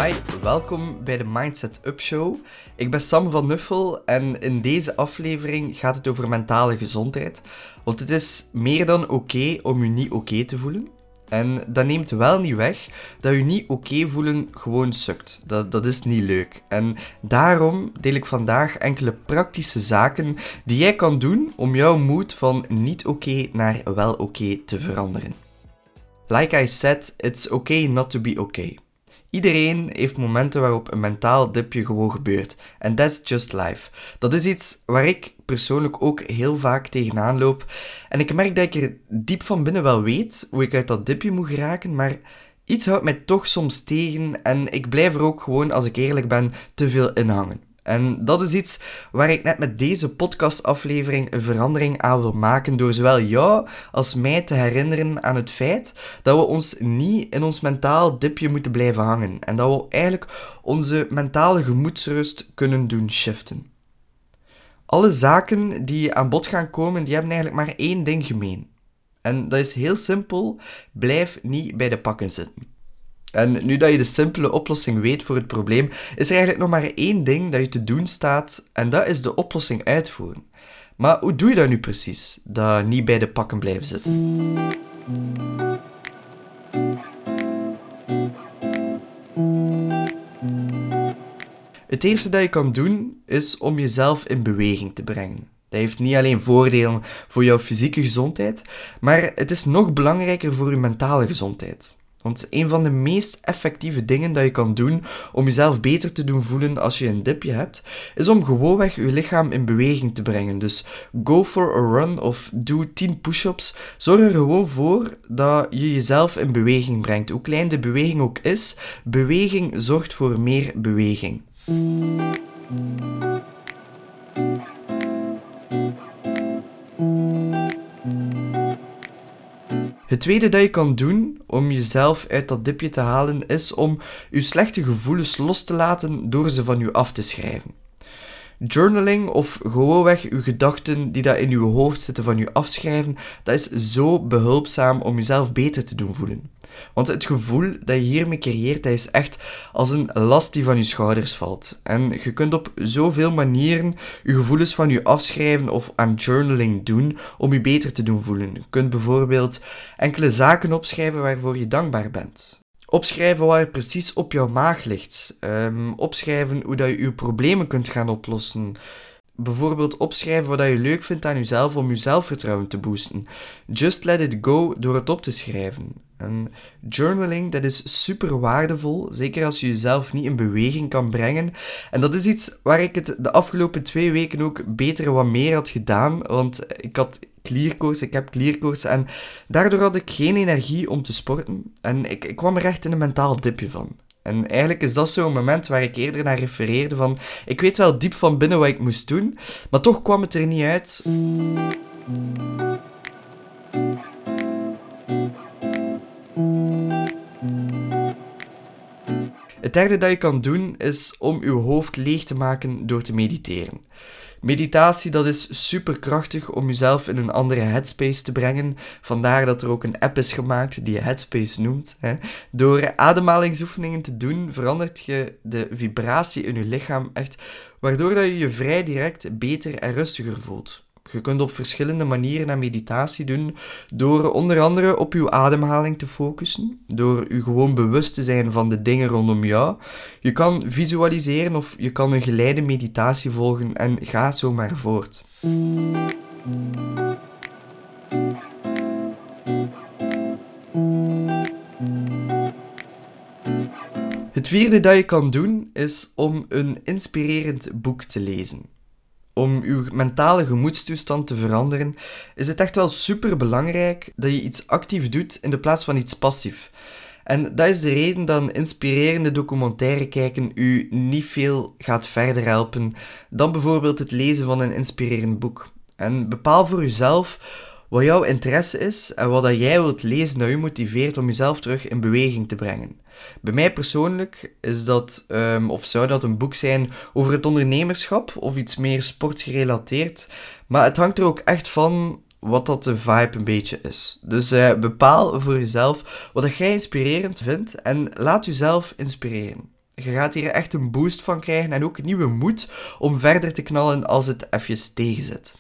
Hi, welkom bij de Mindset Up Show. Ik ben Sam van Nuffel en in deze aflevering gaat het over mentale gezondheid. Want het is meer dan oké om je niet oké te voelen. En dat neemt wel niet weg dat je niet oké voelen gewoon sukt. Dat is niet leuk. En daarom deel ik vandaag enkele praktische zaken die jij kan doen om jouw mood van niet oké naar wel oké te veranderen. Like I said, it's okay not to be okay. Iedereen heeft momenten waarop een mentaal dipje gewoon gebeurt. And that's just life. Dat is iets waar ik persoonlijk ook heel vaak tegenaan loop. En ik merk dat ik er diep van binnen wel weet hoe ik uit dat dipje moet geraken, maar iets houdt mij toch soms tegen en ik blijf er ook gewoon, als ik eerlijk ben, te veel in hangen. En dat is iets waar ik net met deze podcastaflevering een verandering aan wil maken door zowel jou als mij te herinneren aan het feit dat we ons niet in ons mentaal dipje moeten blijven hangen en dat we eigenlijk onze mentale gemoedsrust kunnen doen shiften. Alle zaken die aan bod gaan komen, die hebben eigenlijk maar één ding gemeen. En dat is heel simpel, blijf niet bij de pakken zitten. En nu dat je de simpele oplossing weet voor het probleem, is er eigenlijk nog maar één ding dat je te doen staat en dat is de oplossing uitvoeren. Maar hoe doe je dat nu precies, dat niet bij de pakken blijven zitten? Het eerste dat je kan doen, is om jezelf in beweging te brengen. Dat heeft niet alleen voordelen voor jouw fysieke gezondheid, maar het is nog belangrijker voor je mentale gezondheid. Want een van de meest effectieve dingen dat je kan doen om jezelf beter te doen voelen als je een dipje hebt, is om gewoonweg je lichaam in beweging te brengen. Dus go for a run of doe 10 push-ups. Zorg er gewoon voor dat je jezelf in beweging brengt. Hoe klein de beweging ook is, beweging zorgt voor meer beweging. Het tweede dat je kan doen om jezelf uit dat dipje te halen, is om je slechte gevoelens los te laten door ze van je af te schrijven. Journaling of gewoonweg je gedachten die dat in je hoofd zitten van je afschrijven, dat is zo behulpzaam om jezelf beter te doen voelen. Want het gevoel dat je hiermee creëert, dat is echt als een last die van je schouders valt. En je kunt op zoveel manieren je gevoelens van je afschrijven of aan journaling doen om je beter te doen voelen. Je kunt bijvoorbeeld enkele zaken opschrijven waarvoor je dankbaar bent. Opschrijven wat er precies op jouw maag ligt. Opschrijven hoe dat je je problemen kunt gaan oplossen. Bijvoorbeeld opschrijven wat je leuk vindt aan jezelf om je zelfvertrouwen te boosten. Just let it go door het op te schrijven. En journaling, dat is super waardevol, zeker als je jezelf niet in beweging kan brengen. En dat is iets waar ik het de afgelopen 2 weken ook beter wat meer had gedaan, want ik heb klierkoorts en daardoor had ik geen energie om te sporten. En ik kwam er echt in een mentaal dipje van. En eigenlijk is dat zo'n moment waar ik eerder naar refereerde van, ik weet wel diep van binnen wat ik moest doen, maar toch kwam het er niet uit. Het derde dat je kan doen, is om je hoofd leeg te maken door te mediteren. Meditatie, dat is superkrachtig om jezelf in een andere headspace te brengen. Vandaar dat er ook een app is gemaakt die je Headspace noemt. Door ademhalingsoefeningen te doen, verandert je de vibratie in je lichaam echt, waardoor dat je je vrij direct beter en rustiger voelt. Je kunt op verschillende manieren aan meditatie doen, door onder andere op je ademhaling te focussen, door je gewoon bewust te zijn van de dingen rondom jou. Je kan visualiseren of je kan een geleide meditatie volgen en ga zo maar voort. Het vierde dat je kan doen, is om een inspirerend boek te lezen. Om je mentale gemoedstoestand te veranderen, is het echt wel super belangrijk dat je iets actief doet in de plaats van iets passief. En dat is de reden dat een inspirerende documentaire kijken u niet veel gaat verder helpen dan bijvoorbeeld het lezen van een inspirerend boek. En bepaal voor jezelf wat jouw interesse is en wat dat jij wilt lezen dat je motiveert om jezelf terug in beweging te brengen. Bij mij persoonlijk is dat, of zou dat een boek zijn over het ondernemerschap of iets meer sportgerelateerd. Maar het hangt er ook echt van wat dat de vibe een beetje is. Dus bepaal voor jezelf wat dat jij inspirerend vindt en laat jezelf inspireren. Je gaat hier echt een boost van krijgen en ook nieuwe moed om verder te knallen als het even tegenzit.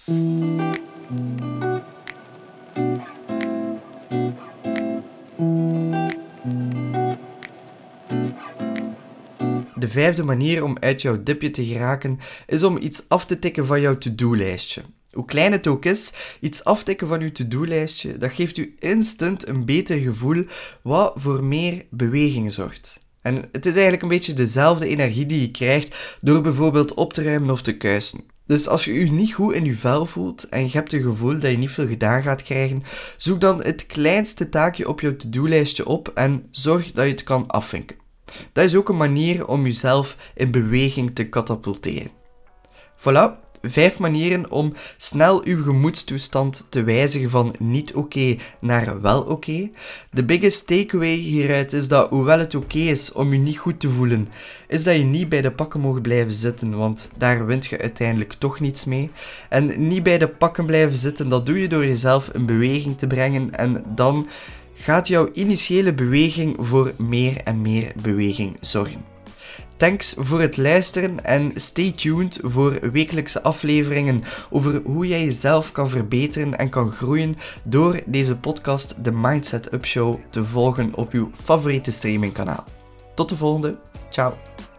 De vijfde manier om uit jouw dipje te geraken is om iets af te tikken van jouw to-do-lijstje. Hoe klein het ook is, iets aftikken van je to-do-lijstje, dat geeft u instant een beter gevoel, wat voor meer beweging zorgt. En het is eigenlijk een beetje dezelfde energie die je krijgt door bijvoorbeeld op te ruimen of te kuisen. Dus als je je niet goed in je vel voelt en je hebt het gevoel dat je niet veel gedaan gaat krijgen, zoek dan het kleinste taakje op je to-do-lijstje op en zorg dat je het kan afvinken. Dat is ook een manier om jezelf in beweging te katapulteren. Voilà, 5 manieren om snel uw gemoedstoestand te wijzigen van niet oké naar wel oké. De biggest takeaway hieruit is dat hoewel het oké is om je niet goed te voelen, is dat je niet bij de pakken mag blijven zitten, want daar wint je uiteindelijk toch niets mee. En niet bij de pakken blijven zitten, dat doe je door jezelf in beweging te brengen en dan gaat jouw initiële beweging voor meer en meer beweging zorgen. Thanks voor het luisteren en stay tuned voor wekelijkse afleveringen over hoe jij jezelf kan verbeteren en kan groeien door deze podcast, de Mindset Up Show, te volgen op uw favoriete streamingkanaal. Tot de volgende. Ciao.